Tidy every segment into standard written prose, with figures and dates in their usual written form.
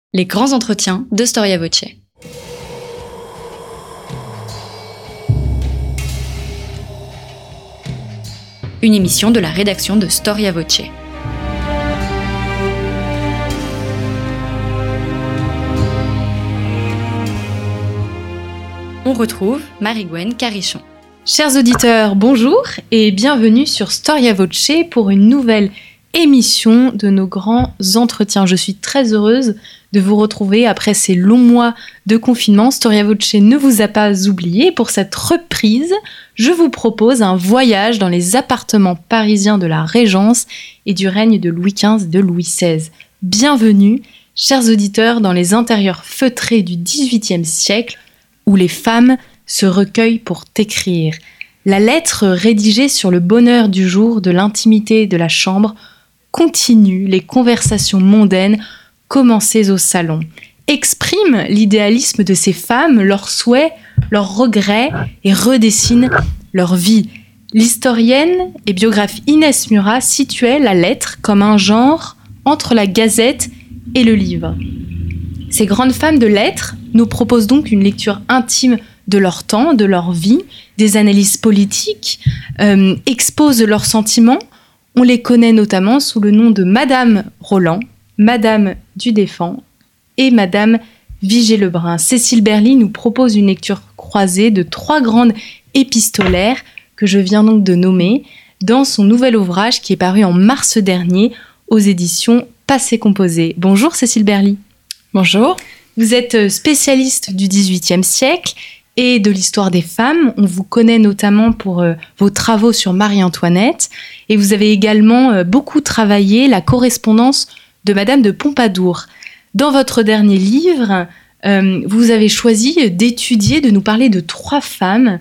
Les grands entretiens de Storia Voce. Une émission de la rédaction de Storia Voce. On retrouve Marie-Gwen Carichon. Chers auditeurs, bonjour et bienvenue sur Storia Voce pour une nouvelle émission de nos grands entretiens. Je suis très heureuse de vous retrouver après ces longs mois de confinement. Storia Voce ne vous a pas oublié. Pour cette reprise, je vous propose un voyage dans les appartements parisiens de la Régence et du règne de Louis XV et de Louis XVI. Bienvenue, chers auditeurs, dans les intérieurs feutrés du XVIIIe siècle où les femmes se recueillent pour t'écrire. La lettre rédigée sur le bonheur du jour, de l'intimité de la chambre, continue les conversations mondaines commencées au salon, exprime l'idéalisme de ces femmes, leurs souhaits, leurs regrets et redessine leur vie. L'historienne et biographe Inès Murat situait la lettre comme un genre entre la gazette et le livre. Ces grandes femmes de lettres nous proposent donc une lecture intime de leur temps, de leur vie, des analyses politiques, exposent leurs sentiments. On les connaît notamment sous le nom de Madame Roland, Madame du Deffand et Madame Vigée-Lebrun. Cécile Berly nous propose une lecture croisée de 3 grandes épistolaires que je viens donc de nommer dans son nouvel ouvrage qui est paru en mars dernier aux éditions Passé Composé. Bonjour Cécile Berly. Bonjour. Vous êtes spécialiste du XVIIIe siècle et de l'histoire des femmes. On vous connaît notamment pour vos travaux sur Marie-Antoinette et vous avez également beaucoup travaillé la correspondance de Madame de Pompadour. Dans votre dernier livre, vous avez choisi d'étudier, de nous parler de 3 femmes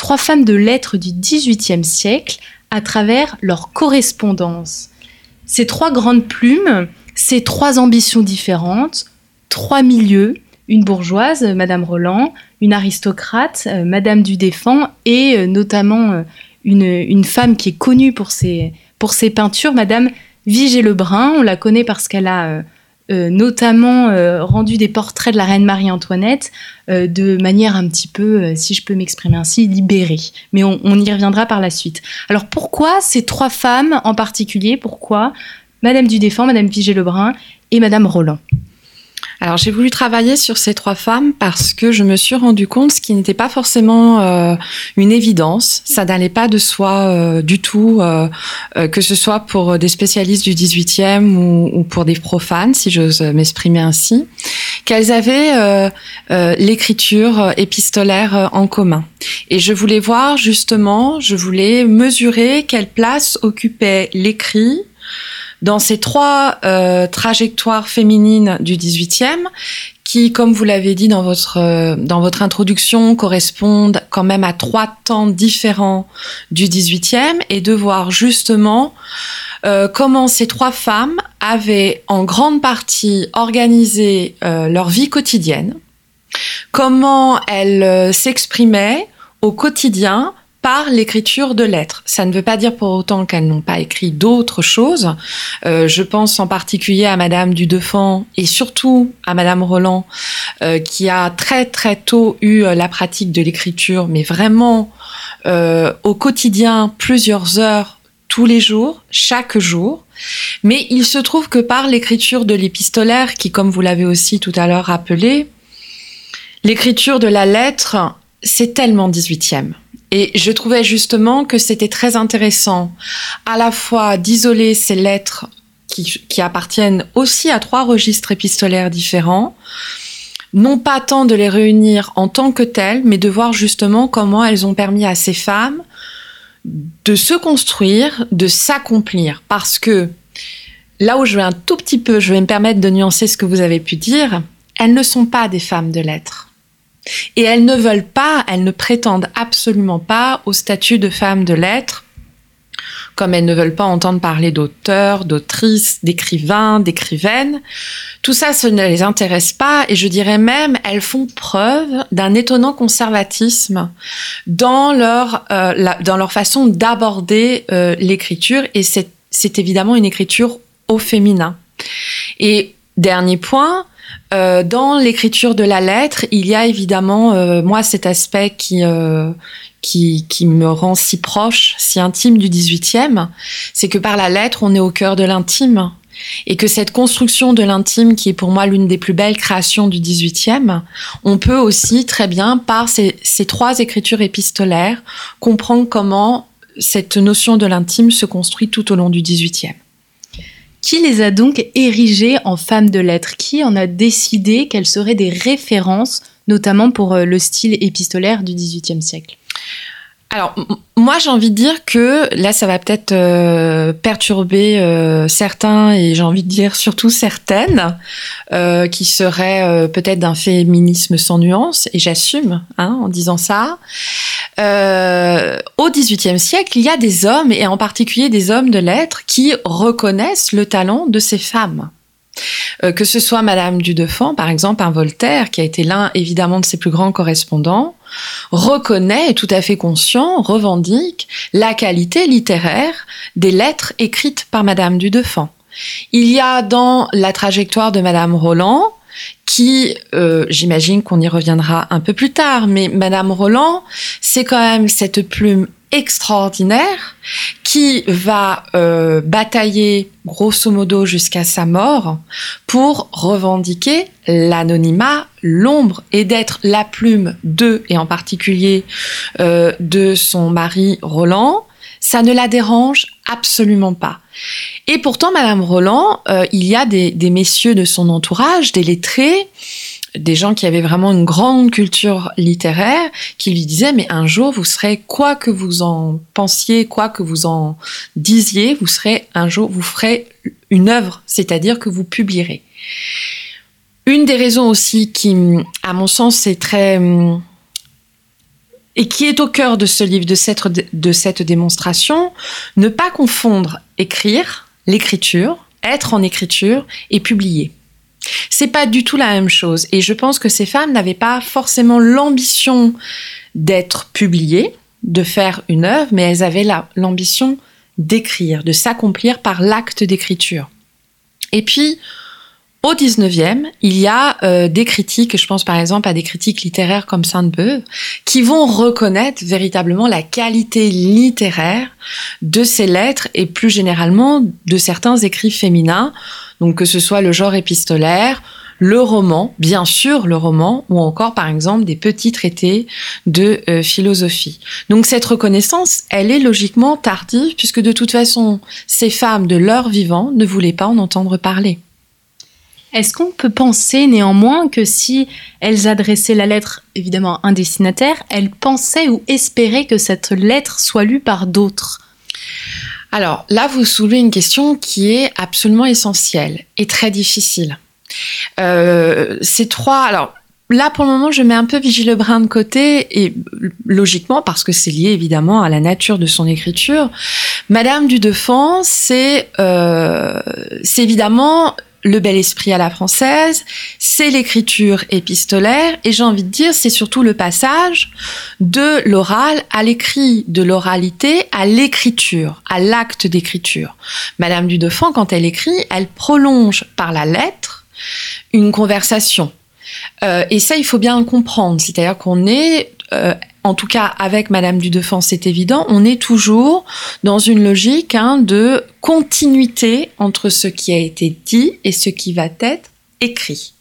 de lettres du XVIIIe siècle à travers leur correspondance. Ces 3 grandes plumes, ces 3 ambitions différentes, 3 milieux, une bourgeoise, Madame Roland, une aristocrate, Madame du Deffand, et notamment une femme qui est connue pour ses peintures, Madame Vigée-Lebrun. On la connaît parce qu'elle a notamment rendu des portraits de la reine Marie-Antoinette de manière un petit peu, si je peux m'exprimer ainsi, libérée. Mais on y reviendra par la suite. Alors pourquoi ces 3 femmes en particulier? Pourquoi Madame du Deffand, Madame Vigée-Lebrun et Madame Roland? Alors j'ai voulu travailler sur ces 3 femmes parce que je me suis rendu compte, ce qui n'était pas forcément une évidence, ça n'allait pas de soi du tout, que ce soit pour des spécialistes du XVIIIe ou pour des profanes, si j'ose m'exprimer ainsi, qu'elles avaient l'écriture épistolaire en commun. Et je voulais voir justement, je voulais mesurer quelle place occupait l'écrit dans ces 3 trajectoires féminines du XVIIIe, qui, comme vous l'avez dit dans votre introduction, correspondent quand même à 3 temps différents du XVIIIe, et de voir justement comment ces 3 femmes avaient en grande partie organisé leur vie quotidienne, comment elles s'exprimaient au quotidien par l'écriture de lettres. Ça ne veut pas dire pour autant qu'elles n'ont pas écrit d'autres choses. Je pense en particulier à Madame du Deffand et surtout à Madame Roland, qui a très très tôt eu la pratique de l'écriture, mais vraiment au quotidien, plusieurs heures, tous les jours, chaque jour. Mais il se trouve que par l'écriture de l'épistolaire, qui, comme vous l'avez aussi tout à l'heure rappelé, l'écriture de la lettre, c'est tellement 18e. Et je trouvais justement que c'était très intéressant à la fois d'isoler ces lettres qui appartiennent aussi à 3 registres épistolaires différents, non pas tant de les réunir en tant que telles, mais de voir justement comment elles ont permis à ces femmes de se construire, de s'accomplir. Parce que là où je vais me permettre de nuancer ce que vous avez pu dire, elles ne sont pas des femmes de lettres. Et elles ne prétendent absolument pas au statut de femme de lettres, comme elles ne veulent pas entendre parler d'auteurs, d'autrices, d'écrivains, d'écrivaines. Tout ça, ça ne les intéresse pas, et je dirais même, elles font preuve d'un étonnant conservatisme dans leur façon d'aborder l'écriture, et c'est évidemment une écriture au féminin. Et dernier point, Dans l'écriture de la lettre, il y a évidemment, moi, cet aspect qui me rend si proche, si intime du XVIIIe, c'est que par la lettre, on est au cœur de l'intime. Et que cette construction de l'intime, qui est pour moi l'une des plus belles créations du XVIIIe, on peut aussi très bien, par ces 3 écritures épistolaires, comprendre comment cette notion de l'intime se construit tout au long du XVIIIe. Qui les a donc érigées en femmes de lettres? Qui en a décidé qu'elles seraient des références, notamment pour le style épistolaire du XVIIIe siècle? Alors, moi, j'ai envie de dire que, là, ça va peut-être perturber certains, et j'ai envie de dire surtout certaines, qui seraient peut-être d'un féminisme sans nuance, et j'assume en disant ça. Au XVIIIe siècle, il y a des hommes, et en particulier des hommes de lettres, qui reconnaissent le talent de ces femmes. Que ce soit Madame du Deffand, par exemple, un Voltaire, qui a été l'un, évidemment, de ses plus grands correspondants, reconnaît, est tout à fait conscient, revendique la qualité littéraire des lettres écrites par Madame du Deffand. Il y a dans la trajectoire de Madame Roland, qui, j'imagine qu'on y reviendra un peu plus tard, mais Madame Roland, c'est quand même cette plume extraordinaire qui va batailler grosso modo jusqu'à sa mort pour revendiquer l'anonymat, l'ombre, et d'être la plume de, et en particulier de son mari Roland. Ça ne la dérange absolument pas. Et pourtant, Madame Roland, il y a des messieurs de son entourage, des lettrés, des gens qui avaient vraiment une grande culture littéraire, qui lui disaient, mais un jour, vous serez, quoi que vous en pensiez, quoi que vous en disiez, vous serez, un jour, vous ferez une œuvre, c'est-à-dire que vous publierez. Une des raisons aussi qui, à mon sens, est très... et qui est au cœur de ce livre, de cette démonstration, ne pas confondre écrire, l'écriture, être en écriture et publier. C'est pas du tout la même chose. Et je pense que ces femmes n'avaient pas forcément l'ambition d'être publiées, de faire une œuvre, mais elles avaient l'ambition d'écrire, de s'accomplir par l'acte d'écriture. Et puis, au 19e, il y a des critiques, je pense par exemple à des critiques littéraires comme Sainte-Beuve, qui vont reconnaître véritablement la qualité littéraire de ces lettres et plus généralement de certains écrits féminins, donc que ce soit le genre épistolaire, le roman, bien sûr le roman, ou encore par exemple des petits traités de philosophie. Donc cette reconnaissance, elle est logiquement tardive, puisque de toute façon, ces femmes de leur vivant ne voulaient pas en entendre parler. Est-ce qu'on peut penser néanmoins que si elles adressaient la lettre, évidemment, à un destinataire, elles pensaient ou espéraient que cette lettre soit lue par d'autres? Alors là, vous soulevez une question qui est absolument essentielle et très difficile. Ces 3... Alors là, pour le moment, je mets un peu Vigie Lebrun de côté, et logiquement, parce que c'est lié évidemment à la nature de son écriture. Madame du Deffand, c'est évidemment... le bel esprit à la française, c'est l'écriture épistolaire, et j'ai envie de dire, c'est surtout le passage de l'oral à l'écrit, de l'oralité à l'écriture, à l'acte d'écriture. Madame du Deffand, quand elle écrit, elle prolonge par la lettre une conversation. Et ça, il faut bien le comprendre, c'est-à-dire qu'on est... en tout cas, avec Madame du Deffand, c'est évident, on est toujours dans une logique de continuité entre ce qui a été dit et ce qui va être écrit.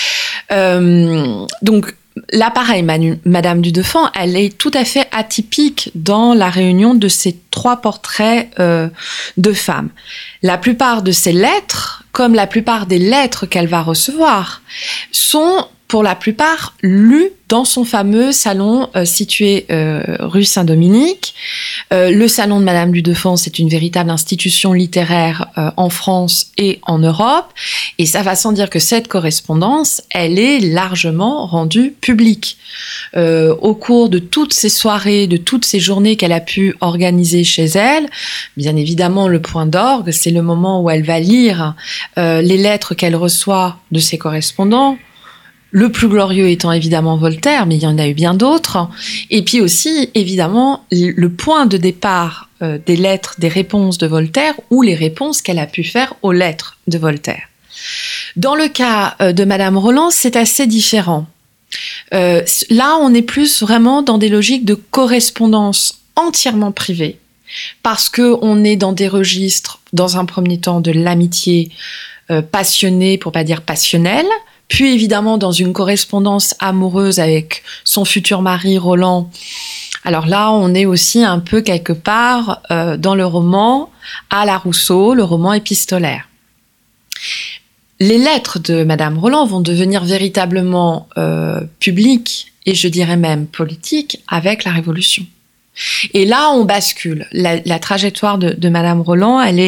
Donc, là, pareil, Madame du Deffand, elle est tout à fait atypique dans la réunion de ces 3 portraits de femmes. La plupart de ces lettres, comme la plupart des lettres qu'elle va recevoir, sont pour la plupart lues dans son fameux salon situé rue Saint-Dominique. Le salon de Madame du Deffand, c'est une véritable institution littéraire en France et en Europe. Et ça va sans dire que cette correspondance, elle est largement rendue publique. Au cours de toutes ces soirées, de toutes ces journées qu'elle a pu organiser chez elle, bien évidemment, le point d'orgue, c'est le moment où elle va lire les lettres qu'elle reçoit de ses correspondants. Le plus glorieux étant évidemment Voltaire, mais il y en a eu bien d'autres. Et puis aussi, évidemment, le point de départ des lettres, des réponses de Voltaire, ou les réponses qu'elle a pu faire aux lettres de Voltaire. Dans le cas de Madame Roland, c'est assez différent. Là, on est plus vraiment dans des logiques de correspondance entièrement privée, parce que on est dans des registres, dans un premier temps, de l'amitié passionnée, pour pas dire passionnelle, puis évidemment dans une correspondance amoureuse avec son futur mari Roland. Alors là, on est aussi un peu quelque part dans le roman à la Rousseau, le roman épistolaire. Les lettres de Madame Roland vont devenir véritablement publiques et je dirais même politiques avec la Révolution. Et là, on bascule. La trajectoire de Madame Roland, elle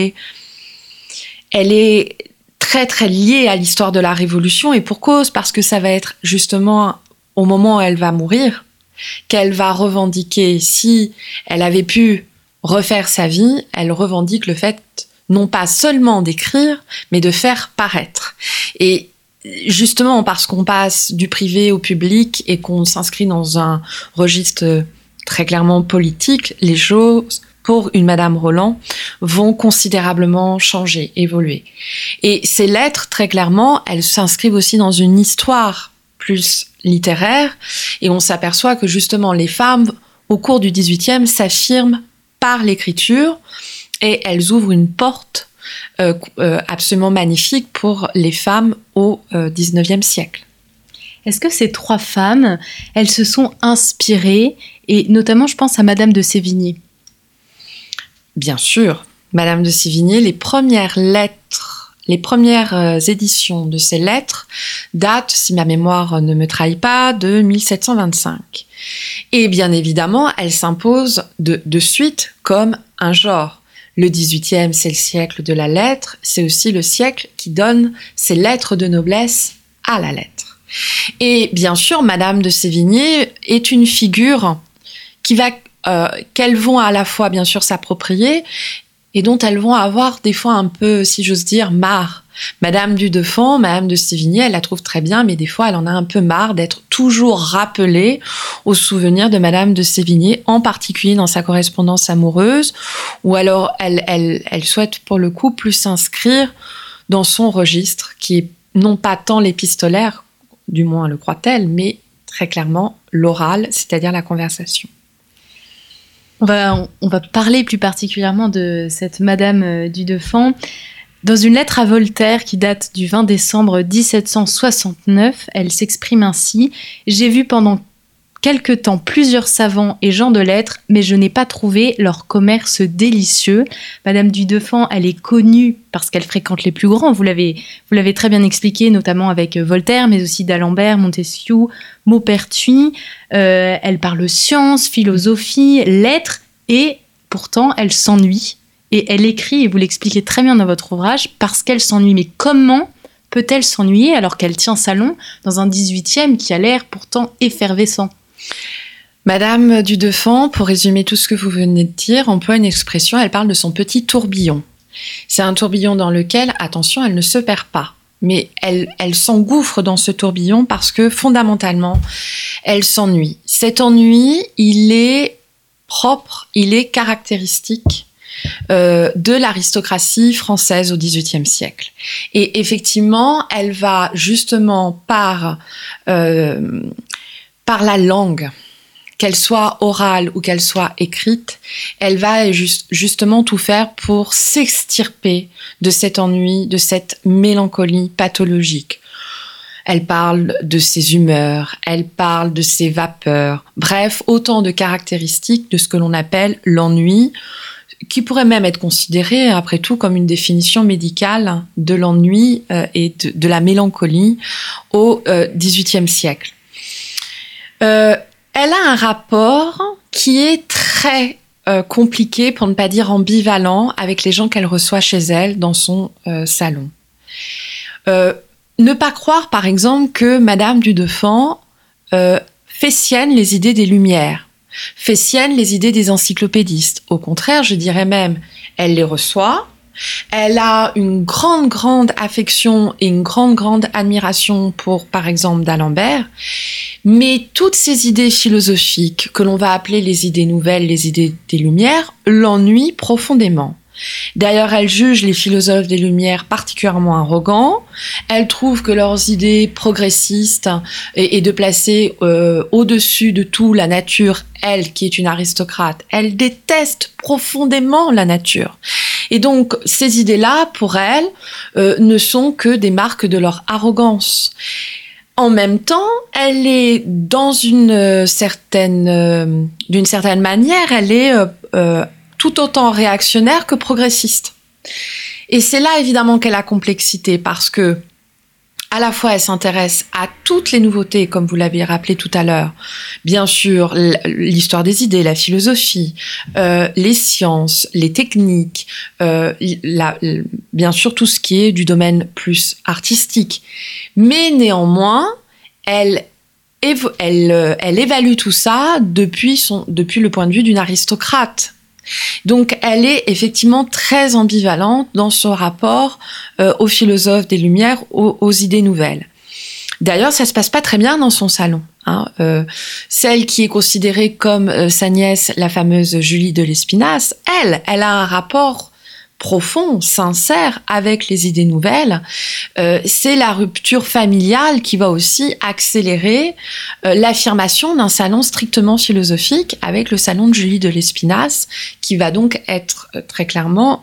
est très très liée à l'histoire de la Révolution et pour cause, parce que ça va être justement au moment où elle va mourir qu'elle va revendiquer, si elle avait pu refaire sa vie, elle revendique le fait non pas seulement d'écrire, mais de faire paraître. Et justement, parce qu'on passe du privé au public et qu'on s'inscrit dans un registre très clairement politique, les choses, pour une Madame Roland, vont considérablement changer, évoluer. Et ces lettres, très clairement, elles s'inscrivent aussi dans une histoire plus littéraire, et on s'aperçoit que justement les femmes, au cours du XVIIIe, s'affirment par l'écriture, et elles ouvrent une porte absolument magnifique pour les femmes au XIXe siècle. Est-ce que ces trois femmes, elles se sont inspirées, et notamment je pense à Madame de Sévigné? Bien sûr, Madame de Sévigné, les premières éditions de ces lettres datent, si ma mémoire ne me trahit pas, de 1725. Et bien évidemment, elles s'imposent de suite comme un genre. Le XVIIIe, c'est le siècle de la lettre, c'est aussi le siècle qui donne ses lettres de noblesse à la lettre. Et bien sûr, Madame de Sévigné est une figure qu'elles vont à la fois bien sûr s'approprier et dont elles vont avoir des fois un peu, si j'ose dire, marre. Madame du Deffand, Madame de Sévigné, elle la trouve très bien, mais des fois elle en a un peu marre d'être toujours rappelée au souvenir de Madame de Sévigné, en particulier dans sa correspondance amoureuse, ou alors elle souhaite pour le coup plus s'inscrire dans son registre, qui est non pas tant l'épistolaire, du moins le croit-elle, mais très clairement l'oral, c'est-à-dire la conversation. On va parler plus particulièrement de cette Madame du Deffand. Dans une lettre à Voltaire qui date du 20 décembre 1769, elle s'exprime ainsi « J'ai vu pendant quelque temps plusieurs savants et gens de lettres, mais je n'ai pas trouvé leur commerce délicieux. » Madame du Deffand, elle est connue parce qu'elle fréquente les plus grands, vous l'avez très bien expliqué, notamment avec Voltaire, mais aussi d'Alembert, Montesquieu, Maupertuis. Elle parle science, philosophie, lettres, et pourtant elle s'ennuie. Et elle écrit, et vous l'expliquez très bien dans votre ouvrage, parce qu'elle s'ennuie. Mais comment peut-elle s'ennuyer alors qu'elle tient salon dans un 18e qui a l'air pourtant effervescent? Madame du Deffand, pour résumer tout ce que vous venez de dire, emploie une expression, elle parle de son petit tourbillon. C'est un tourbillon dans lequel, attention, elle ne se perd pas. Mais elle s'engouffre dans ce tourbillon parce que, fondamentalement, elle s'ennuie. Cet ennui, il est propre, il est caractéristique de l'aristocratie française au XVIIIe siècle. Et effectivement, elle va justement par la langue, qu'elle soit orale ou qu'elle soit écrite, elle va justement tout faire pour s'extirper de cet ennui, de cette mélancolie pathologique. Elle parle de ses humeurs, elle parle de ses vapeurs, bref, autant de caractéristiques de ce que l'on appelle l'ennui, qui pourrait même être considéré, après tout, comme une définition médicale de l'ennui et de la mélancolie au XVIIIe siècle. Elle a un rapport qui est très compliqué, pour ne pas dire ambivalent, avec les gens qu'elle reçoit chez elle dans son salon. Ne pas croire, par exemple, que Madame du Deffand fait sienne les idées des Lumières, fait sienne les idées des encyclopédistes. Au contraire, je dirais même, elle les reçoit, elle a une grande affection et une grande admiration pour, par exemple, d'Alembert, mais toutes ces idées philosophiques, que l'on va appeler les idées nouvelles, les idées des Lumières, l'ennuient profondément. D'ailleurs, elle juge les philosophes des Lumières particulièrement arrogants. Elle trouve que leurs idées progressistes et de placer au-dessus de tout la nature, elle qui est une aristocrate, elle déteste profondément la nature. Et donc, ces idées-là, pour elle, ne sont que des marques de leur arrogance. En même temps, elle est d'une certaine manière, elle est tout autant réactionnaire que progressiste. Et c'est là évidemment qu'est la complexité, parce que à la fois elle s'intéresse à toutes les nouveautés, comme vous l'avez rappelé tout à l'heure, bien sûr l'histoire des idées, la philosophie, les sciences, les techniques, bien sûr tout ce qui est du domaine plus artistique. Mais néanmoins, elle évalue tout ça depuis le point de vue d'une aristocrate. Donc, elle est effectivement très ambivalente dans son rapport aux philosophes des Lumières, aux idées nouvelles. D'ailleurs, ça se passe pas très bien dans son salon. Celle qui est considérée comme sa nièce, la fameuse Julie de Lespinasse, elle a un rapport profond, sincère avec les idées nouvelles. C'est la rupture familiale qui va aussi accélérer l'affirmation d'un salon strictement philosophique avec le salon de Julie de Lespinasse, qui va donc être très clairement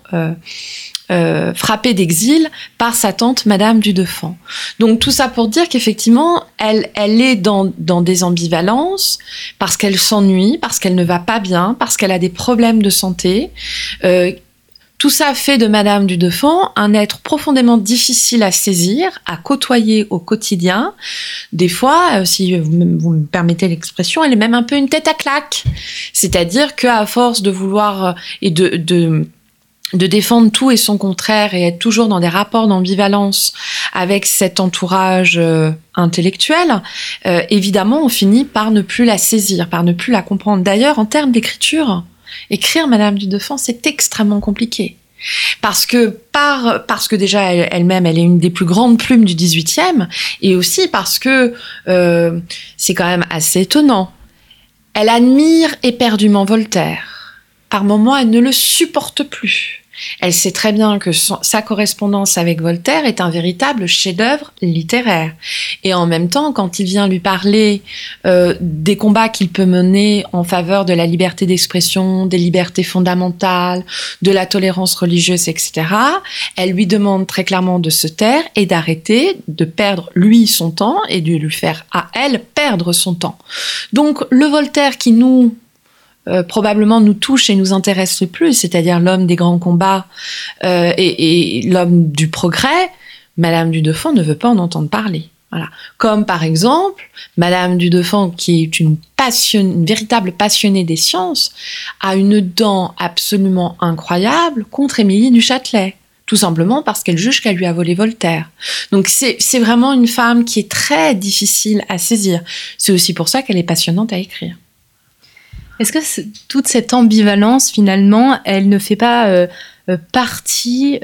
frappée d'exil par sa tante Madame du Deffand. Donc tout ça pour dire qu'effectivement, elle est dans des ambivalences, parce qu'elle s'ennuie, parce qu'elle ne va pas bien, parce qu'elle a des problèmes de santé. Tout ça fait de Madame du Deffand un être profondément difficile à saisir, à côtoyer au quotidien. Des fois, si vous me permettez l'expression, elle est même un peu une tête à claque. C'est-à-dire qu'à force de vouloir et de défendre tout et son contraire et être toujours dans des rapports d'ambivalence avec cet entourage intellectuel, évidemment, on finit par ne plus la saisir, par ne plus la comprendre. D'ailleurs, en termes d'écriture, écrire Madame du Deffand, c'est extrêmement compliqué. Parce que déjà, elle-même, elle est une des plus grandes plumes du XVIIIe, et aussi parce que c'est quand même assez étonnant. Elle admire éperdument Voltaire. Par moments, elle ne le supporte plus. Elle sait très bien que sa correspondance avec Voltaire est un véritable chef-d'œuvre littéraire. Et en même temps, quand il vient lui parler des combats qu'il peut mener en faveur de la liberté d'expression, des libertés fondamentales, de la tolérance religieuse, etc., elle lui demande très clairement de se taire et d'arrêter de perdre, lui, son temps et de lui faire, à elle, perdre son temps. Donc, le Voltaire qui probablement nous touche et nous intéresse le plus, c'est-à-dire l'homme des grands combats et l'homme du progrès, Madame du Deffand ne veut pas en entendre parler. Voilà. Comme par exemple, Madame du Deffand, qui est une véritable passionnée des sciences, a une dent absolument incroyable contre Émilie du Châtelet. Tout simplement parce qu'elle juge qu'elle lui a volé Voltaire. Donc c'est vraiment une femme qui est très difficile à saisir. C'est aussi pour ça qu'elle est passionnante à écrire. Est-ce que toute cette ambivalence, finalement, elle ne fait pas partie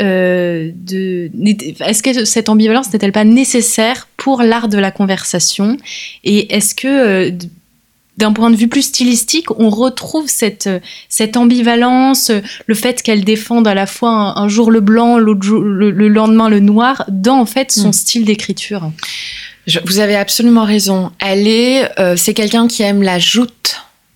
Est-ce que cette ambivalence n'est-elle pas nécessaire pour l'art de la conversation ? Et est-ce que, d'un point de vue plus stylistique, on retrouve cette ambivalence, le fait qu'elle défende à la fois un jour le blanc, le lendemain le noir, dans en fait son style d'écriture ? Vous avez absolument raison. C'est quelqu'un qui aime la joute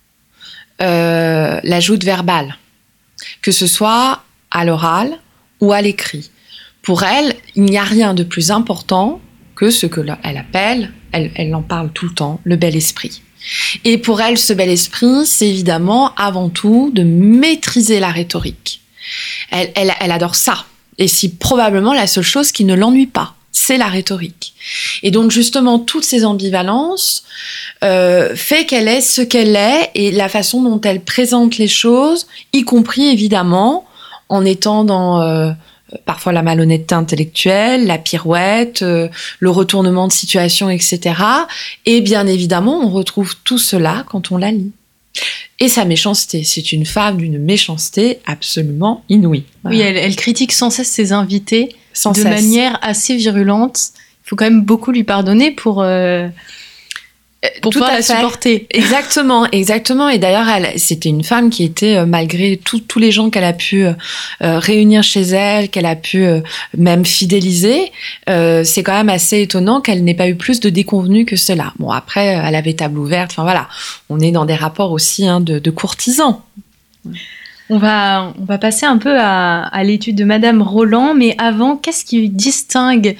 verbale, que ce soit à l'oral ou à l'écrit. Pour elle, il n'y a rien de plus important que ce que elle appelle, elle en parle tout le temps, le bel esprit. Et pour elle, ce bel esprit, c'est évidemment avant tout de maîtriser la rhétorique. Elle adore ça. Et c'est probablement la seule chose qui ne l'ennuie pas. C'est la rhétorique. Et donc justement, toutes ces ambivalences fait qu'elle est ce qu'elle est, et la façon dont elle présente les choses, y compris évidemment en étant dans parfois la malhonnêteté intellectuelle, la pirouette, le retournement de situation, etc. Et bien évidemment, on retrouve tout cela quand on la lit. Et sa méchanceté, c'est une femme d'une méchanceté absolument inouïe. Voilà. Oui, elle critique sans cesse ses invités manière assez virulente. Il faut quand même beaucoup lui pardonner pour... Pour Tout pouvoir à la fait. supporter. Exactement. Et d'ailleurs, c'était une femme qui était, malgré tous les gens qu'elle a pu réunir chez elle, qu'elle a pu même fidéliser, c'est quand même assez étonnant qu'elle n'ait pas eu plus de déconvenues que cela. Bon, après, elle avait table ouverte. Enfin voilà, on est dans des rapports aussi de courtisans. On va passer un peu à l'étude de Madame Roland, mais avant, qu'est-ce qui distingue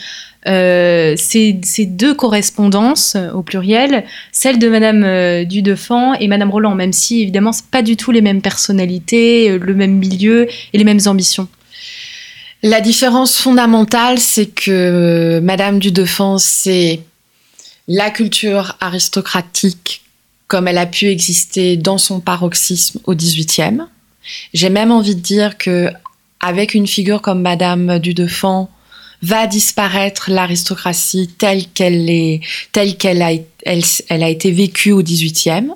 ces deux correspondances au pluriel, celle de Madame du Deffand et Madame Roland, même si évidemment c'est pas du tout les mêmes personnalités, le même milieu et les mêmes ambitions. La différence fondamentale, c'est que Madame du Deffand, c'est la culture aristocratique comme elle a pu exister dans son paroxysme au XVIIIe. J'ai même envie de dire que avec une figure comme Madame du Deffand, va disparaître l'aristocratie telle qu'elle a été vécue au XVIIIe.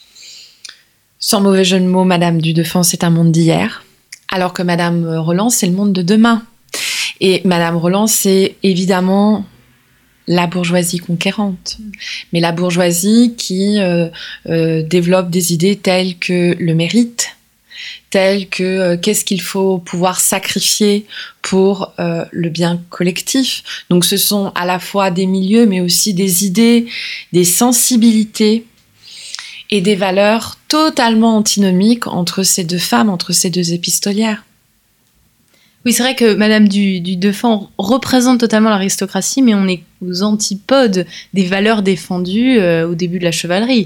Sans mauvais jeu de mots, Madame du Deffand, c'est un monde d'hier, alors que Madame Roland, c'est le monde de demain. Et Madame Roland, c'est évidemment la bourgeoisie conquérante, mais la bourgeoisie qui développe des idées telles que le mérite, telles que qu'est-ce qu'il faut pouvoir sacrifier pour le bien collectif. Donc ce sont à la fois des milieux, mais aussi des idées, des sensibilités et des valeurs totalement antinomiques entre ces deux femmes, entre ces deux épistolières. Oui, c'est vrai que Madame du Deffand représente totalement l'aristocratie, mais on est aux antipodes des valeurs défendues au début de la chevalerie.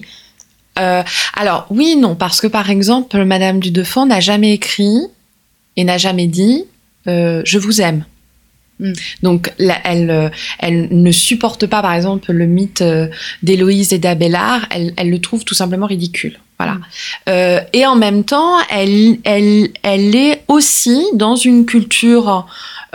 Alors oui, non, parce que par exemple, Madame du Deffand n'a jamais écrit et n'a jamais dit je vous aime. Donc là, elle ne supporte pas, par exemple, le mythe d'Héloïse et d'Abélard. Elle le trouve tout simplement ridicule. Voilà. Et en même temps, elle est aussi dans une culture.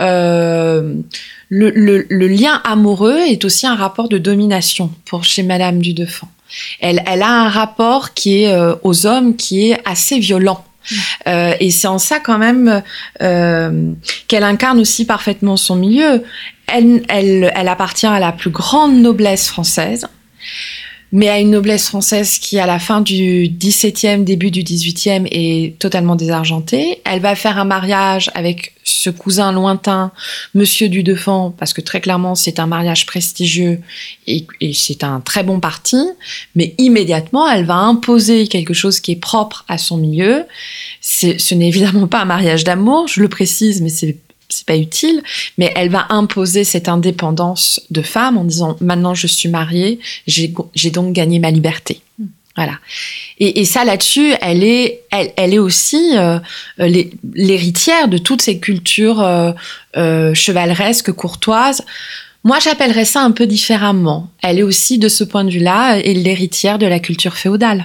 Le lien amoureux est aussi un rapport de domination pour chez Madame du Deffand. Elle a un rapport qui est aux hommes qui est assez violent. Et c'est en ça quand même qu'elle incarne aussi parfaitement son milieu. Elle appartient à la plus grande noblesse française, mais à une noblesse française qui, à la fin du XVIIe, début du XVIIIe, est totalement désargentée. Elle va faire un mariage avec ce cousin lointain, Monsieur du Deffand, parce que très clairement, c'est un mariage prestigieux et c'est un très bon parti. Mais immédiatement, elle va imposer quelque chose qui est propre à son milieu. Ce n'est évidemment pas un mariage d'amour, je le précise, mais c'est pas utile, mais elle va imposer cette indépendance de femme en disant maintenant je suis mariée, j'ai donc gagné ma liberté. Voilà. Et ça là-dessus, elle est aussi l'héritière de toutes ces cultures chevaleresques, courtoises. Moi, j'appellerais ça un peu différemment. Elle est aussi, de ce point de vue-là, l'héritière de la culture féodale.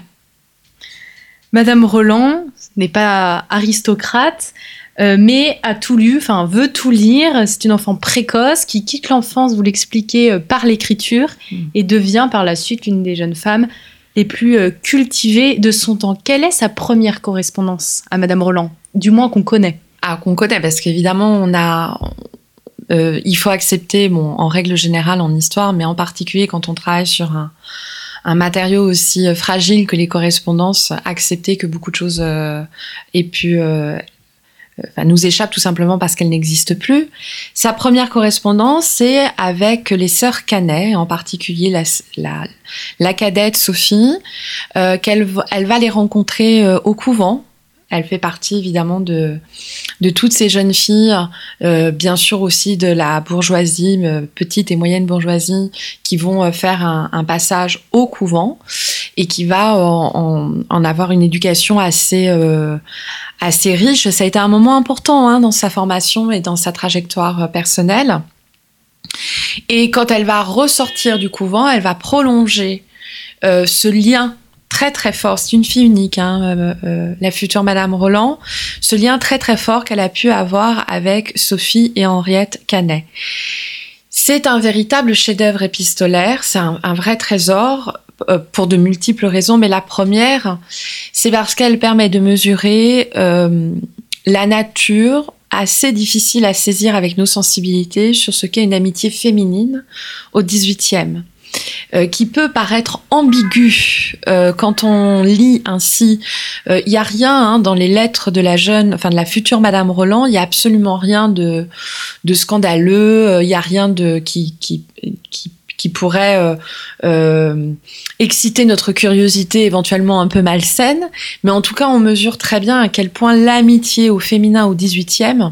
Madame Roland n'est pas aristocrate, mais a tout lu, enfin veut tout lire. C'est une enfant précoce qui quitte l'enfance, vous l'expliquez, par l'écriture et devient par la suite l'une des jeunes femmes les plus cultivées de son temps. Quelle est sa première correspondance à Madame Roland, du moins qu'on connaît? Ah, qu'on connaît, parce qu'évidemment, il faut accepter, en règle générale en histoire, mais en particulier quand on travaille sur un matériau aussi fragile que les correspondances, accepter que beaucoup de choses aient pu nous échappent tout simplement parce qu'elles n'existent plus. Sa première correspondance, c'est avec les sœurs Canet, en particulier la cadette Sophie, elle va les rencontrer au couvent. Elle fait partie évidemment de toutes ces jeunes filles, bien sûr aussi de la bourgeoisie, petite et moyenne bourgeoisie, qui vont faire un passage au couvent et qui va en avoir une éducation assez riche. Ça a été un moment important dans sa formation et dans sa trajectoire personnelle. Et quand elle va ressortir du couvent, elle va prolonger ce lien très très fort, c'est une fille unique, la future Madame Roland, ce lien très très fort qu'elle a pu avoir avec Sophie et Henriette Canet. C'est un véritable chef-d'œuvre épistolaire, c'est un vrai trésor pour de multiples raisons, mais la première, c'est parce qu'elle permet de mesurer la nature assez difficile à saisir avec nos sensibilités sur ce qu'est une amitié féminine au XVIIIe. qui peut paraître ambigu quand on lit ainsi. Il y a rien dans les lettres de de la future Madame Roland. Il y a absolument rien de scandaleux. Il y a rien qui pourrait exciter notre curiosité éventuellement un peu malsaine. Mais en tout cas, on mesure très bien à quel point l'amitié au féminin au XVIIIe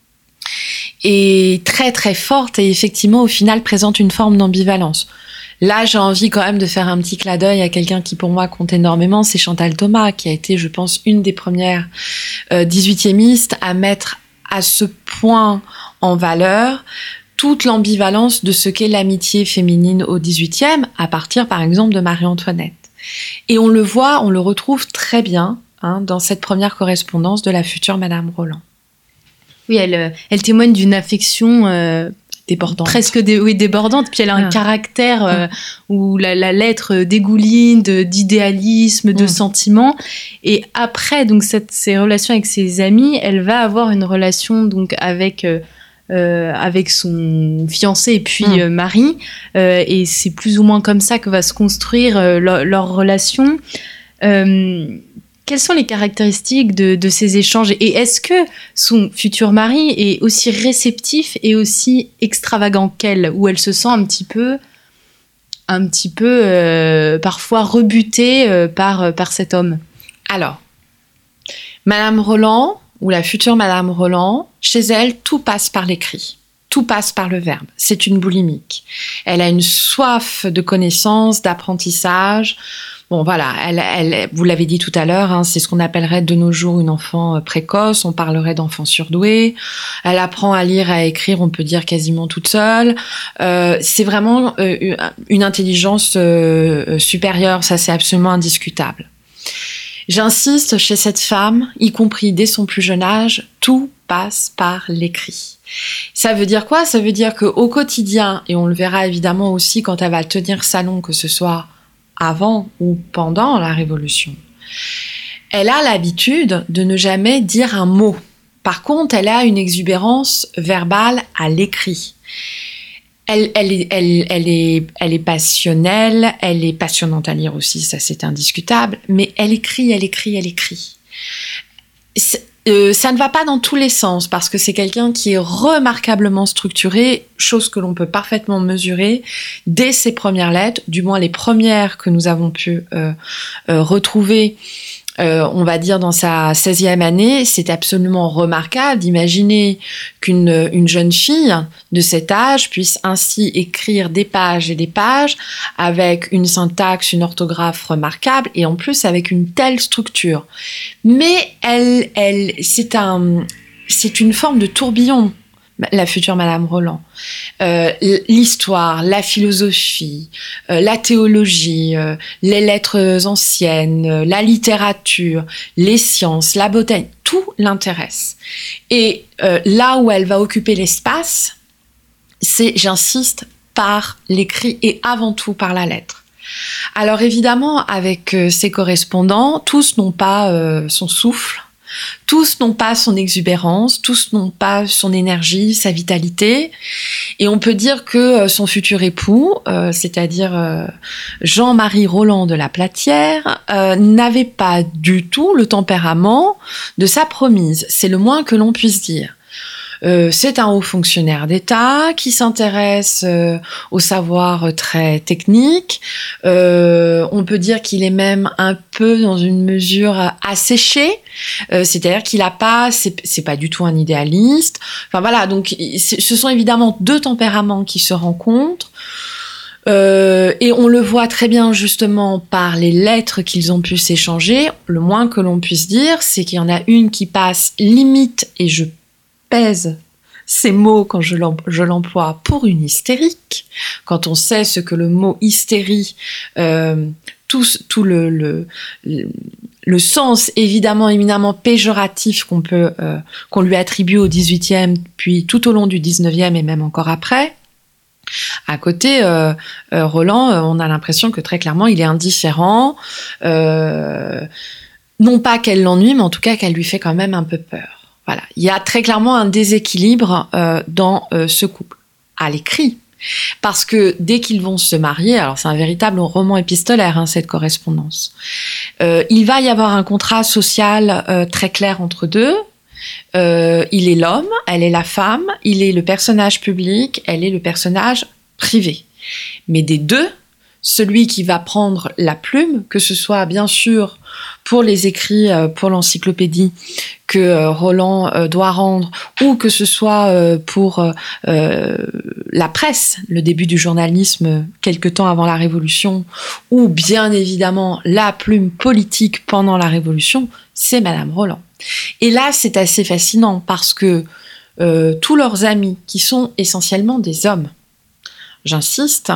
est très très forte et effectivement au final présente une forme d'ambivalence. Là, j'ai envie quand même de faire un petit clin d'œil à quelqu'un qui pour moi compte énormément, c'est Chantal Thomas, qui a été, je pense, une des premières 18e à mettre à ce point en valeur toute l'ambivalence de ce qu'est l'amitié féminine au XVIIIe, à partir par exemple de Marie-Antoinette. Et on le voit, on le retrouve très bien dans cette première correspondance de la future Madame Roland. Oui, elle témoigne d'une affection débordante. Presque débordante. Puis elle a un caractère où la lettre dégouline d'idéalisme, de sentiments. Et après, donc ces relations avec ses amis, elle va avoir une relation donc avec son fiancé et puis mari. Et c'est plus ou moins comme ça que va se construire leur relation. Quelles sont les caractéristiques de ces échanges et est-ce que son futur mari est aussi réceptif et aussi extravagant qu'elle, où elle se sent un petit peu parfois rebutée par cet homme? Alors, Madame Roland, ou la future Madame Roland, chez elle, tout passe par l'écrit. Tout passe par le verbe. C'est une boulimique. Elle a une soif de connaissance, d'apprentissage. Bon, voilà, elle, vous l'avez dit tout à l'heure, c'est ce qu'on appellerait de nos jours une enfant précoce. On parlerait d'enfant surdoué. Elle apprend à lire, à écrire, on peut dire quasiment toute seule. C'est vraiment une intelligence supérieure. Ça, c'est absolument indiscutable. J'insiste, chez cette femme, y compris dès son plus jeune âge, tout passe par l'écrit. Ça veut dire quoi? Ça veut dire qu'au quotidien, et on le verra évidemment aussi quand elle va tenir salon, que ce soit avant ou pendant la Révolution, elle a l'habitude de ne jamais dire un mot. Par contre, elle a une exubérance verbale à l'écrit. Elle est passionnelle, elle est passionnante à lire aussi, ça c'est indiscutable, mais elle écrit. Ça ne va pas dans tous les sens parce que c'est quelqu'un qui est remarquablement structuré, chose que l'on peut parfaitement mesurer dès ses premières lettres, du moins les premières que nous avons pu retrouver. On va dire dans sa 16e année, c'est absolument remarquable d'imaginer qu'une jeune fille de cet âge puisse ainsi écrire des pages et des pages avec une syntaxe, une orthographe remarquable et en plus avec une telle structure. Mais c'est une forme de tourbillon, la future Madame Roland. L'histoire, la philosophie, la théologie, les lettres anciennes, la littérature, les sciences, la botanique, tout l'intéresse. Et là où elle va occuper l'espace, c'est, j'insiste, par l'écrit et avant tout par la lettre. Alors évidemment, avec ses correspondants, tous n'ont pas son souffle, tous n'ont pas son exubérance, tous n'ont pas son énergie, sa vitalité. Et on peut dire que son futur époux, c'est-à-dire Jean-Marie Roland de la Platière, n'avait pas du tout le tempérament de sa promise. C'est le moins que l'on puisse dire. C'est un haut fonctionnaire d'État qui s'intéresse au savoir très technique. On peut dire qu'il est même un peu dans une mesure asséché, c'est-à-dire qu'il a pas, c'est pas du tout un idéaliste. Enfin voilà, donc ce sont évidemment deux tempéraments qui se rencontrent. Et on le voit très bien justement par les lettres qu'ils ont pu s'échanger. Le moins que l'on puisse dire, c'est qu'il y en a une qui passe limite, et je pèse ces mots quand je l'emploie, pour une hystérique, quand on sait ce que le mot hystérie, tout le sens évidemment éminemment péjoratif qu'on lui attribue au XVIIIe, puis tout au long du XIXe et même encore après. À côté, Roland, on a l'impression que très clairement il est indifférent, non pas qu'elle l'ennuie, mais en tout cas qu'elle lui fait quand même un peu peur. Voilà, il y a très clairement un déséquilibre dans ce couple. À l'écrit, Parce que dès qu'ils vont se marier, alors c'est un véritable roman épistolaire, cette correspondance, il va y avoir un contrat social très clair entre deux. Il est l'homme, elle est la femme, il est le personnage public, elle est le personnage privé. Mais des deux, celui qui va prendre la plume, que ce soit bien sûr pour les écrits pour l'encyclopédie que Roland doit rendre, ou que ce soit pour la presse, le début du journalisme quelque temps avant la Révolution, ou bien évidemment la plume politique pendant la Révolution, c'est Madame Roland. Et là, c'est assez fascinant parce que tous leurs amis, qui sont essentiellement des hommes, j'insiste,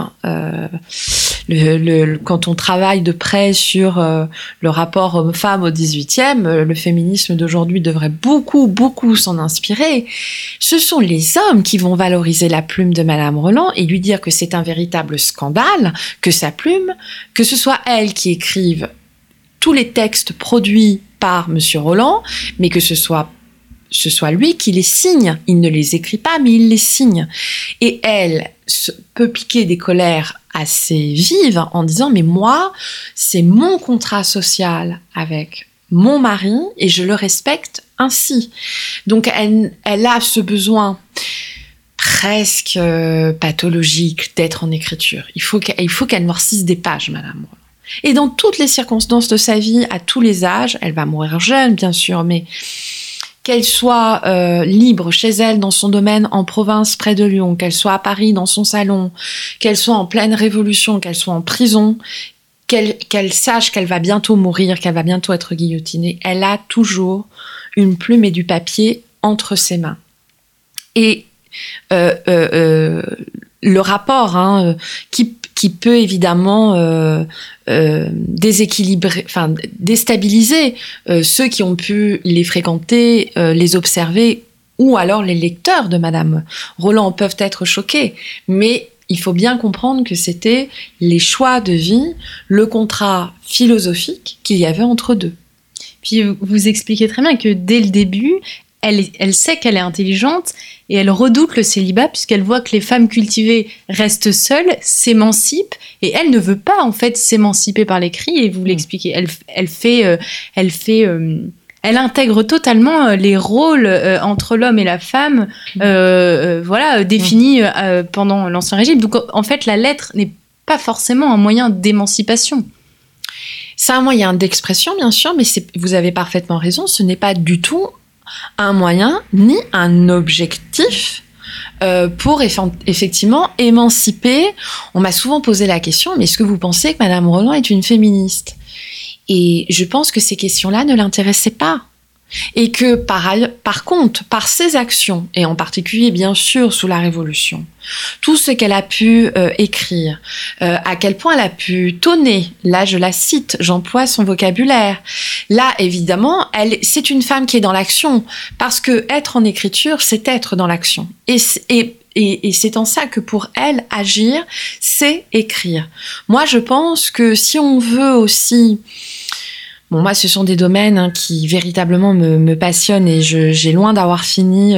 quand on travaille de près sur le rapport homme-femme au XVIIIe, le féminisme d'aujourd'hui devrait beaucoup s'en inspirer. Ce sont les hommes qui vont valoriser la plume de Madame Roland et lui dire que c'est un véritable scandale que sa plume, que ce soit elle qui écrive tous les textes produits par Monsieur Roland, mais que ce soit lui qui les signe. Il ne les écrit pas, mais il les signe. Et elle peut piquer des colères assez vives en disant « Mais moi, c'est mon contrat social avec mon mari et je le respecte ainsi. » Donc, elle a ce besoin presque pathologique d'être en écriture. Il faut qu'elle noircisse des pages, Madame Roland. Et dans toutes les circonstances de sa vie, à tous les âges, elle va mourir jeune, bien sûr, mais qu'elle soit libre chez elle, dans son domaine, en province, près de Lyon, qu'elle soit à Paris, dans son salon, qu'elle soit en pleine révolution, qu'elle soit en prison, qu'elle sache qu'elle va bientôt mourir, qu'elle va bientôt être guillotinée, elle a toujours une plume et du papier entre ses mains. Et le rapport qui peut évidemment déstabiliser ceux qui ont pu les fréquenter, les observer, ou alors les lecteurs de Madame Roland peuvent être choqués. Mais il faut bien comprendre que c'était les choix de vie, le contrat philosophique qu'il y avait entre deux. Puis vous expliquez très bien que dès le début, elle sait qu'elle est intelligente et elle redoute le célibat puisqu'elle voit que les femmes cultivées restent seules, s'émancipent et elle ne veut pas en fait s'émanciper par l'écrit. Et vous l'expliquez, elle intègre totalement les rôles entre l'homme et la femme, définis pendant l'Ancien Régime. Donc en fait, la lettre n'est pas forcément un moyen d'émancipation. C'est un moyen d'expression, bien sûr, mais vous avez parfaitement raison, ce n'est pas du tout un moyen ni un objectif pour effectivement émanciper. On m'a souvent posé la question, mais est-ce que vous pensez que Madame Roland est une féministe ? Et je pense que ces questions-là ne l'intéressaient pas. Et que par contre, par ses actions, et en particulier bien sûr sous la Révolution, tout ce qu'elle a pu écrire, à quel point elle a pu tonner, là je la cite, j'emploie son vocabulaire, là évidemment, c'est une femme qui est dans l'action, parce que être en écriture, c'est être dans l'action. Et c'est en ça que pour elle, agir, c'est écrire. Moi je pense que si on veut aussi... Bon, moi, ce sont des domaines qui véritablement me passionnent et j'ai loin d'avoir fini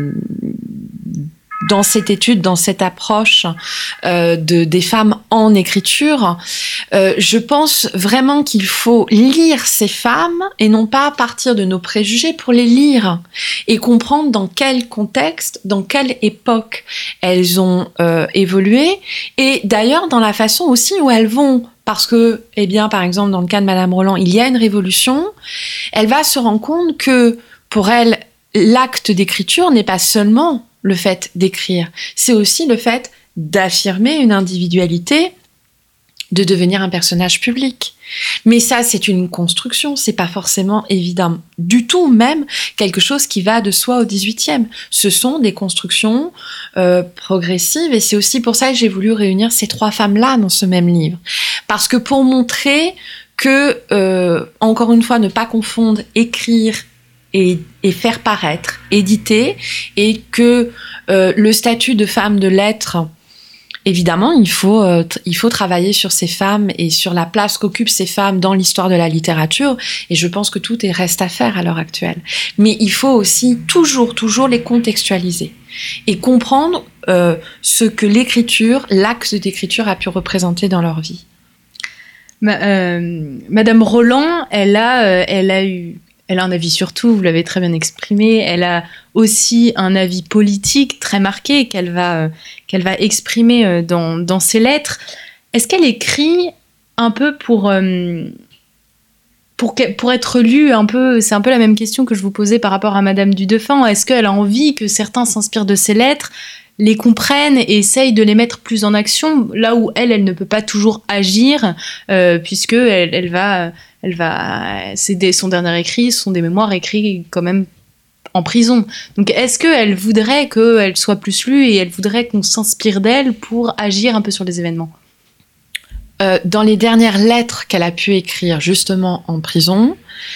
dans cette étude, dans cette approche des femmes en écriture. Je pense vraiment qu'il faut lire ces femmes et non pas partir de nos préjugés pour les lire et comprendre dans quel contexte, dans quelle époque elles ont évolué et d'ailleurs dans la façon aussi où elles vont. Parce que, par exemple, dans le cas de Madame Roland, il y a une révolution, elle va se rendre compte que, pour elle, l'acte d'écriture n'est pas seulement le fait d'écrire, c'est aussi le fait d'affirmer une individualité, de devenir un personnage public. Mais ça, c'est une construction, c'est pas forcément évident du tout, même quelque chose qui va de soi au XVIIIe. Ce sont des constructions progressives et c'est aussi pour ça que j'ai voulu réunir ces trois femmes-là dans ce même livre. Parce que pour montrer que, encore une fois, ne pas confondre écrire et faire paraître, éditer, et que le statut de femme de lettres Évidemment, il faut travailler sur ces femmes et sur la place qu'occupent ces femmes dans l'histoire de la littérature. Et je pense que reste à faire à l'heure actuelle. Mais il faut aussi toujours les contextualiser et comprendre ce que l'acte d'écriture a pu représenter dans leur vie. Madame Roland, elle a un avis sur tout, vous l'avez très bien exprimé. Elle a aussi un avis politique très marqué qu'elle va exprimer dans ses lettres. Est-ce qu'elle écrit un peu pour être lue un peu? C'est un peu la même question que je vous posais par rapport à Madame du Deffand. Est-ce qu'elle a envie que certains s'inspirent de ses lettres, les comprennent et essayent de les mettre plus en action, là où elle ne peut pas toujours agir, puisque son dernier écrit sont des mémoires écrits quand même en prison. Donc est-ce qu'elle voudrait qu'elle soit plus lue et elle voudrait qu'on s'inspire d'elle pour agir un peu sur les événements? Dans les dernières lettres qu'elle a pu écrire justement en prison,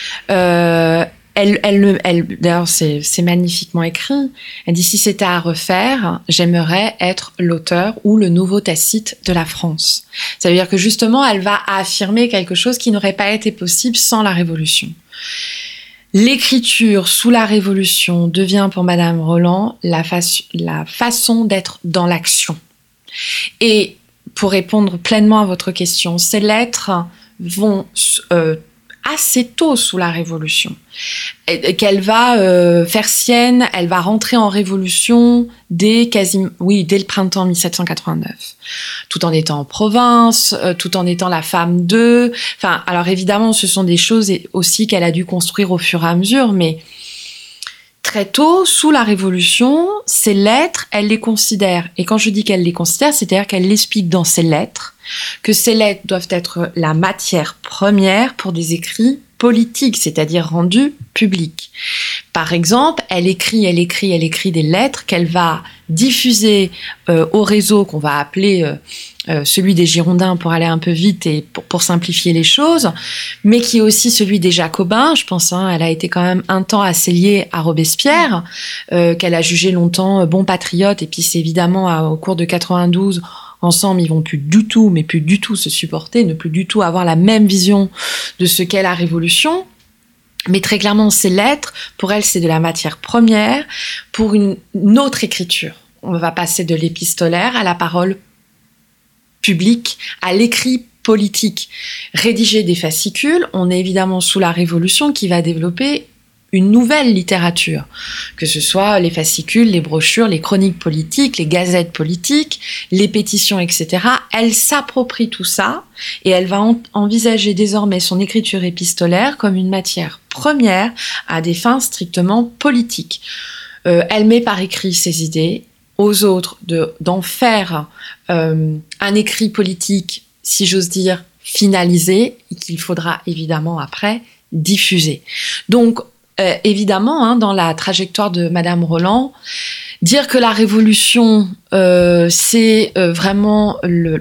d'ailleurs, c'est magnifiquement écrit. Elle dit: si c'était à refaire, j'aimerais être l'auteur ou le nouveau Tacite de la France. Ça veut dire que justement, elle va affirmer quelque chose qui n'aurait pas été possible sans la Révolution. L'écriture sous la Révolution devient pour Madame Roland la façon d'être dans l'action. Et pour répondre pleinement à votre question, ces lettres vont assez tôt sous la Révolution, qu'elle va faire sienne, elle va rentrer en Révolution dès le printemps 1789, tout en étant en province, tout en étant la femme d'eux. Enfin, alors évidemment, ce sont des choses aussi qu'elle a dû construire au fur et à mesure, mais très tôt, sous la Révolution, ces lettres, elle les considère. Et quand je dis qu'elle les considère, c'est-à-dire qu'elle l'explique dans ses lettres, que ces lettres doivent être la matière première pour des écrits politiques, c'est-à-dire rendus publics. Par exemple, elle écrit des lettres qu'elle va diffuser au réseau qu'on va appeler celui des Girondins pour aller un peu vite et pour simplifier les choses, mais qui est aussi celui des Jacobins. Je pense, elle a été quand même un temps assez liée à Robespierre, qu'elle a jugé longtemps bon patriote, et puis c'est évidemment au cours de 92, ensemble, ils vont plus du tout se supporter, ne plus du tout avoir la même vision de ce qu'est la Révolution. Mais très clairement, ces lettres, pour elle, c'est de la matière première pour une autre écriture. On va passer de l'épistolaire à la parole publique, à l'écrit politique. Rédiger des fascicules, on est évidemment sous la Révolution qui va développer une nouvelle littérature, que ce soit les fascicules, les brochures, les chroniques politiques, les gazettes politiques, les pétitions, etc. Elle s'approprie tout ça et elle va envisager désormais son écriture épistolaire comme une matière première à des fins strictement politiques. Elle met par écrit ses idées, aux autres d'en faire un écrit politique, si j'ose dire, finalisé, et qu'il faudra évidemment après diffuser. Donc, évidemment, dans la trajectoire de Madame Roland, dire que la Révolution, c'est vraiment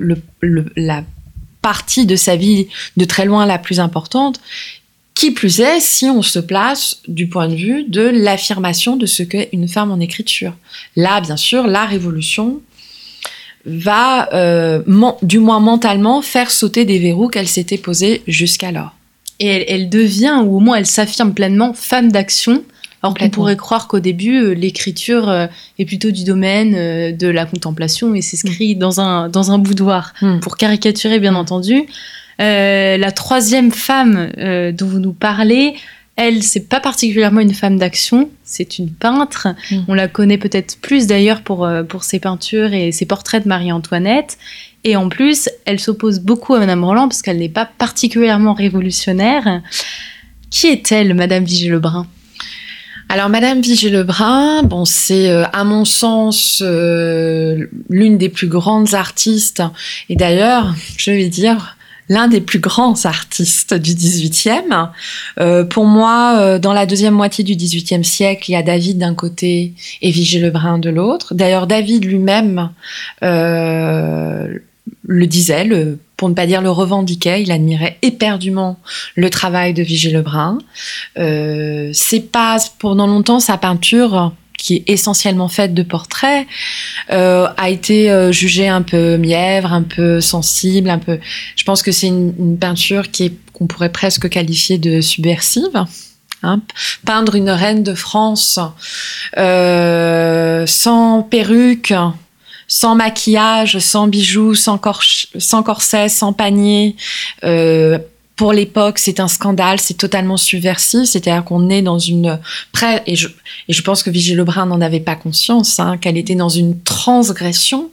la partie de sa vie de très loin la plus importante, qui plus est si on se place du point de vue de l'affirmation de ce qu'est une femme en écriture. Là, bien sûr, la Révolution va, du moins mentalement, faire sauter des verrous qu'elle s'était posés jusqu'alors. Et elle devient, ou au moins elle s'affirme pleinement, femme d'action, alors qu'on pourrait croire qu'au début, l'écriture est plutôt du domaine de la contemplation et s'inscrit dans un boudoir, pour caricaturer bien entendu. La troisième femme dont vous nous parlez, elle, c'est pas particulièrement une femme d'action, c'est une peintre. On la connaît peut-être plus d'ailleurs pour ses peintures et ses portraits de Marie-Antoinette. Et en plus, elle s'oppose beaucoup à Madame Roland parce qu'elle n'est pas particulièrement révolutionnaire. Qui est-elle, Madame Vigée-Lebrun ? Alors, Madame Vigée-Lebrun, c'est à mon sens l'une des plus grandes artistes, et d'ailleurs, je vais dire, l'un des plus grands artistes du XVIIIe. Pour moi, dans la deuxième moitié du XVIIIe siècle, il y a David d'un côté et Vigée-Lebrun de l'autre. D'ailleurs, David lui-même le disait, pour ne pas dire le revendiquait, il admirait éperdument le travail de Vigée-Lebrun. C'est pas, pendant longtemps, sa peinture qui est essentiellement faite de portraits, a été jugée un peu mièvre, un peu sensible, un peu. Je pense que c'est une peinture qu'on pourrait presque qualifier de subversive. Hein. Peindre une reine de France sans perruque, sans maquillage, sans bijoux, sans corset, sans panier. Pour l'époque, c'est un scandale, c'est totalement subversif. C'est-à-dire qu'on est dans une et je pense que Vigée Lebrun n'en avait pas conscience, hein, qu'elle était dans une transgression.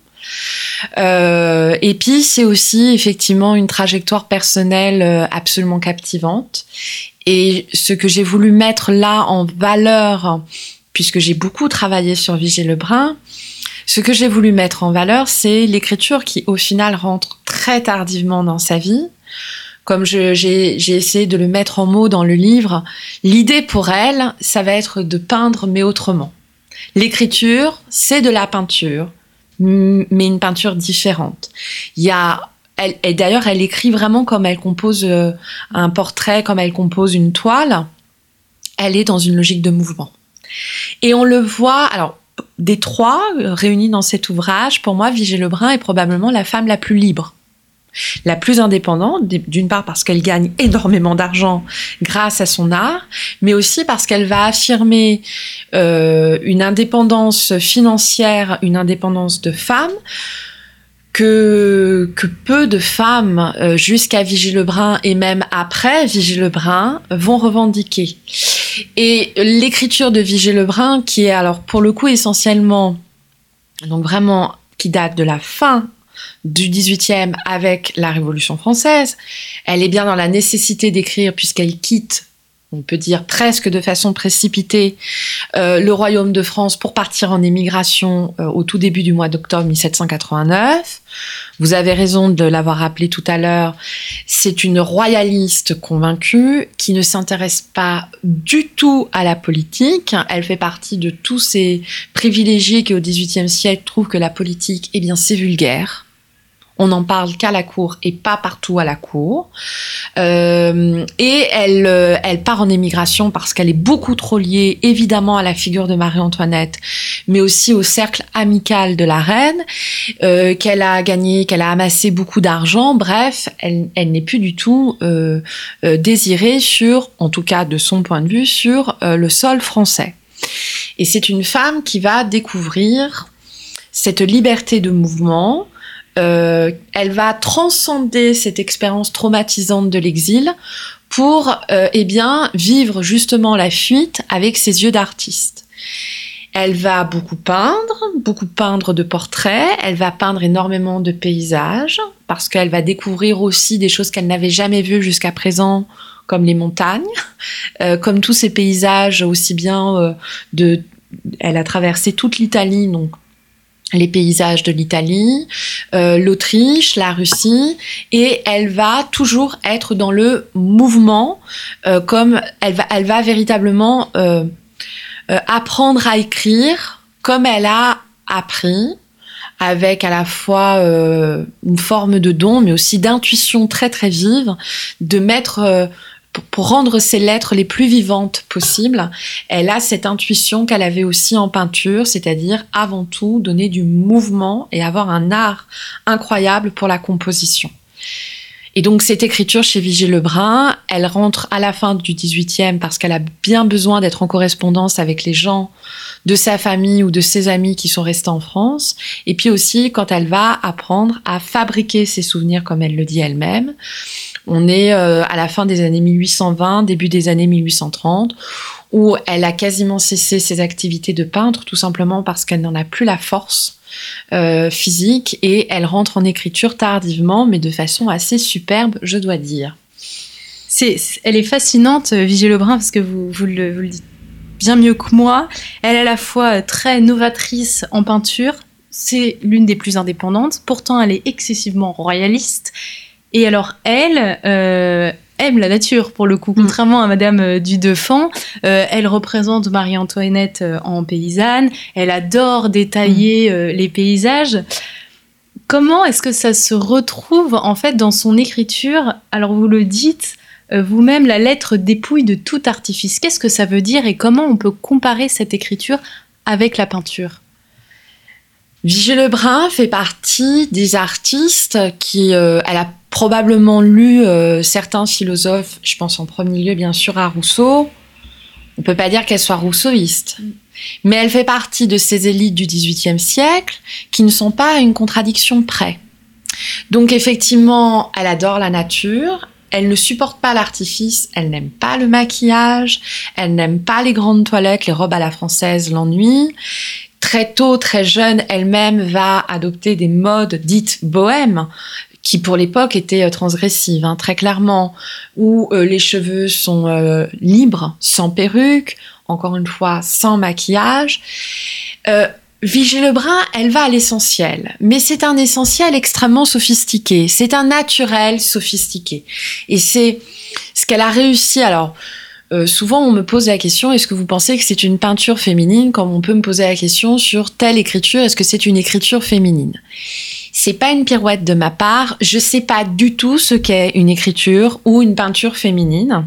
Et puis c'est aussi effectivement une trajectoire personnelle absolument captivante. Et ce que j'ai voulu mettre là en valeur, puisque j'ai beaucoup travaillé sur Vigée Lebrun, ce que j'ai voulu mettre en valeur, c'est l'écriture qui au final rentre très tardivement dans sa vie. Comme j'ai essayé de le mettre en mots dans le livre, l'idée pour elle, ça va être de peindre mais autrement. L'écriture, c'est de la peinture, mais une peinture différente. Et d'ailleurs, elle écrit vraiment comme elle compose un portrait, comme elle compose une toile. Elle est dans une logique de mouvement. Et on le voit, alors, des trois réunis dans cet ouvrage, pour moi, Vigée Lebrun est probablement la femme la plus libre, la plus indépendante, d'une part parce qu'elle gagne énormément d'argent grâce à son art, mais aussi parce qu'elle va affirmer une indépendance financière, une indépendance de femme, que peu de femmes, jusqu'à Vigée Lebrun et même après Vigée Lebrun, vont revendiquer. Et l'écriture de Vigée Lebrun, qui est alors pour le coup essentiellement, donc vraiment, qui date de la fin du XVIIIe avec la Révolution française, elle est bien dans la nécessité d'écrire puisqu'elle quitte, on peut dire presque de façon précipitée, le royaume de France pour partir en émigration au tout début du mois d'octobre 1789. Vous avez raison de l'avoir rappelé tout à l'heure, c'est une royaliste convaincue qui ne s'intéresse pas du tout à la politique. Elle fait partie de tous ces privilégiés qui au XVIIIe siècle trouvent que la politique, eh bien, c'est vulgaire. On n'en parle qu'à la cour et pas partout à la cour. Et elle part en émigration parce qu'elle est beaucoup trop liée, évidemment, à la figure de Marie-Antoinette, mais aussi au cercle amical de la reine, qu'elle a gagné, qu'elle a amassé beaucoup d'argent. Bref, elle n'est plus du tout désirée sur, en tout cas de son point de vue, sur le sol français. Et c'est une femme qui va découvrir cette liberté de mouvement. Elle va transcender cette expérience traumatisante de l'exil pour vivre justement la fuite avec ses yeux d'artiste. Elle va beaucoup peindre de portraits, elle va peindre énormément de paysages parce qu'elle va découvrir aussi des choses qu'elle n'avait jamais vues jusqu'à présent, comme les montagnes, comme tous ces paysages aussi bien elle a traversé toute l'Italie, donc les paysages de l'Italie, l'Autriche, la Russie, et elle va toujours être dans le mouvement, comme elle va véritablement apprendre à écrire comme elle a appris, avec à la fois une forme de don, mais aussi d'intuition très très vive, de mettre pour rendre ses lettres les plus vivantes possibles. Elle a cette intuition qu'elle avait aussi en peinture, c'est-à-dire avant tout donner du mouvement et avoir un art incroyable pour la composition. Et donc cette écriture chez Vigée Lebrun, elle rentre à la fin du XVIIIe parce qu'elle a bien besoin d'être en correspondance avec les gens de sa famille ou de ses amis qui sont restés en France. Et puis aussi quand elle va apprendre à fabriquer ses souvenirs, comme elle le dit elle-même. On est à la fin des années 1820, début des années 1830, où elle a quasiment cessé ses activités de peintre, tout simplement parce qu'elle n'en a plus la force physique, et elle rentre en écriture tardivement, mais de façon assez superbe, je dois dire. Elle est fascinante, Vigée Lebrun, parce que vous le dites bien mieux que moi. Elle est à la fois très novatrice en peinture, c'est l'une des plus indépendantes, pourtant elle est excessivement royaliste. Et alors, elle aime la nature, pour le coup. Contrairement à Madame du Deffand, elle représente Marie-Antoinette en paysanne. Elle adore détailler les paysages. Comment est-ce que ça se retrouve, en fait, dans son écriture ? Alors, vous le dites vous-même, la lettre dépouille de tout artifice. Qu'est-ce que ça veut dire et comment on peut comparer cette écriture avec la peinture? Vigée Lebrun fait partie des artistes qui... elle a probablement lu certains philosophes, je pense en premier lieu bien sûr à Rousseau. On ne peut pas dire qu'elle soit rousseauiste. Mais elle fait partie de ces élites du XVIIIe siècle qui ne sont pas à une contradiction près. Donc effectivement, elle adore la nature, elle ne supporte pas l'artifice, elle n'aime pas le maquillage, elle n'aime pas les grandes toilettes, les robes à la française l'ennuient. Très tôt, très jeune, elle-même va adopter des modes dites bohèmes, qui pour l'époque étaient transgressives, hein, très clairement, où les cheveux sont libres, sans perruque, encore une fois, sans maquillage. Vigée Lebrun, elle va à l'essentiel, mais c'est un essentiel extrêmement sophistiqué, c'est un naturel sophistiqué. Et c'est ce qu'elle a réussi, alors... souvent, on me pose la question, est-ce que vous pensez que c'est une peinture féminine, comme on peut me poser la question sur telle écriture, est-ce que c'est une écriture féminine? C'est pas une pirouette de ma part, je sais pas du tout ce qu'est une écriture ou une peinture féminine.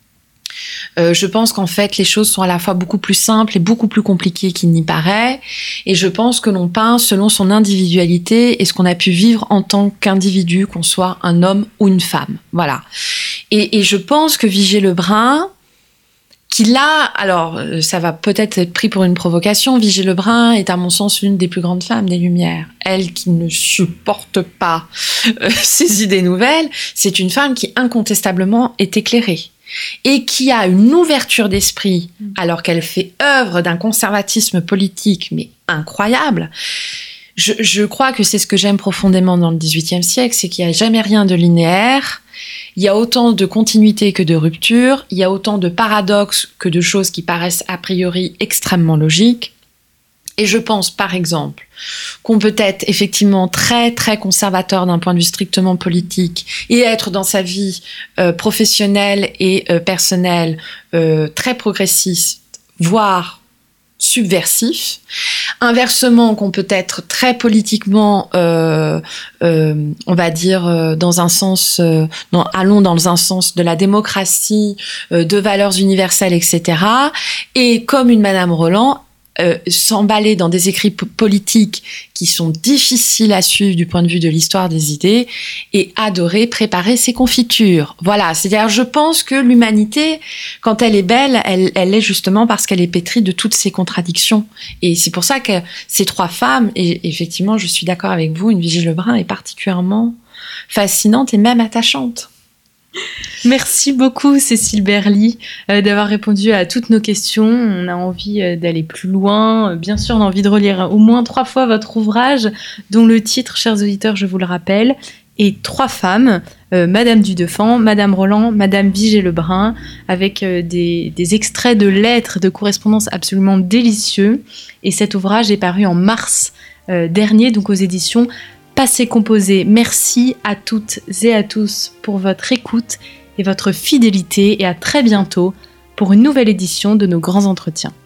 Je pense qu'en fait, les choses sont à la fois beaucoup plus simples et beaucoup plus compliquées qu'il n'y paraît. Et je pense que l'on peint selon son individualité et ce qu'on a pu vivre en tant qu'individu, qu'on soit un homme ou une femme. Voilà. Et je pense que Vigée Lebrun, qui là, alors ça va peut-être être pris pour une provocation, Vigée Lebrun est à mon sens l'une des plus grandes femmes des Lumières. Elle qui ne supporte pas ces idées nouvelles, c'est une femme qui incontestablement est éclairée et qui a une ouverture d'esprit alors qu'elle fait œuvre d'un conservatisme politique mais incroyable. Je crois que c'est ce que j'aime profondément dans le XVIIIe siècle, c'est qu'il n'y a jamais rien de linéaire. Il y a autant de continuité que de rupture, il y a autant de paradoxes que de choses qui paraissent a priori extrêmement logiques. Et je pense, par exemple, qu'on peut être effectivement très, très conservateur d'un point de vue strictement politique et être dans sa vie professionnelle et personnelle très progressiste, voire subversif. Inversement, qu'on peut être très politiquement, on va dire, dans un sens, allons dans un sens de la démocratie, de valeurs universelles, etc. Et comme une Madame Roland, s'emballer dans des écrits politiques qui sont difficiles à suivre du point de vue de l'histoire des idées et adorer préparer ses confitures. Voilà, c'est-à-dire je pense que l'humanité, quand elle est belle, elle est justement parce qu'elle est pétrie de toutes ces contradictions. Et c'est pour ça que ces trois femmes, et effectivement je suis d'accord avec vous, une Vigée Lebrun est particulièrement fascinante et même attachante. Merci beaucoup Cécile Berly d'avoir répondu à toutes nos questions. On a envie d'aller plus loin. Bien sûr, on a envie de relire au moins 3 fois votre ouvrage, dont le titre, chers auditeurs, je vous le rappelle, est 3 femmes, Madame du Deffand, Madame Roland, Madame Vigée Lebrun, avec des extraits de lettres, de correspondances absolument délicieux. Et cet ouvrage est paru en mars dernier, donc aux éditions Passé Composé. Merci à toutes et à tous pour votre écoute et votre fidélité et à très bientôt pour une nouvelle édition de nos grands entretiens.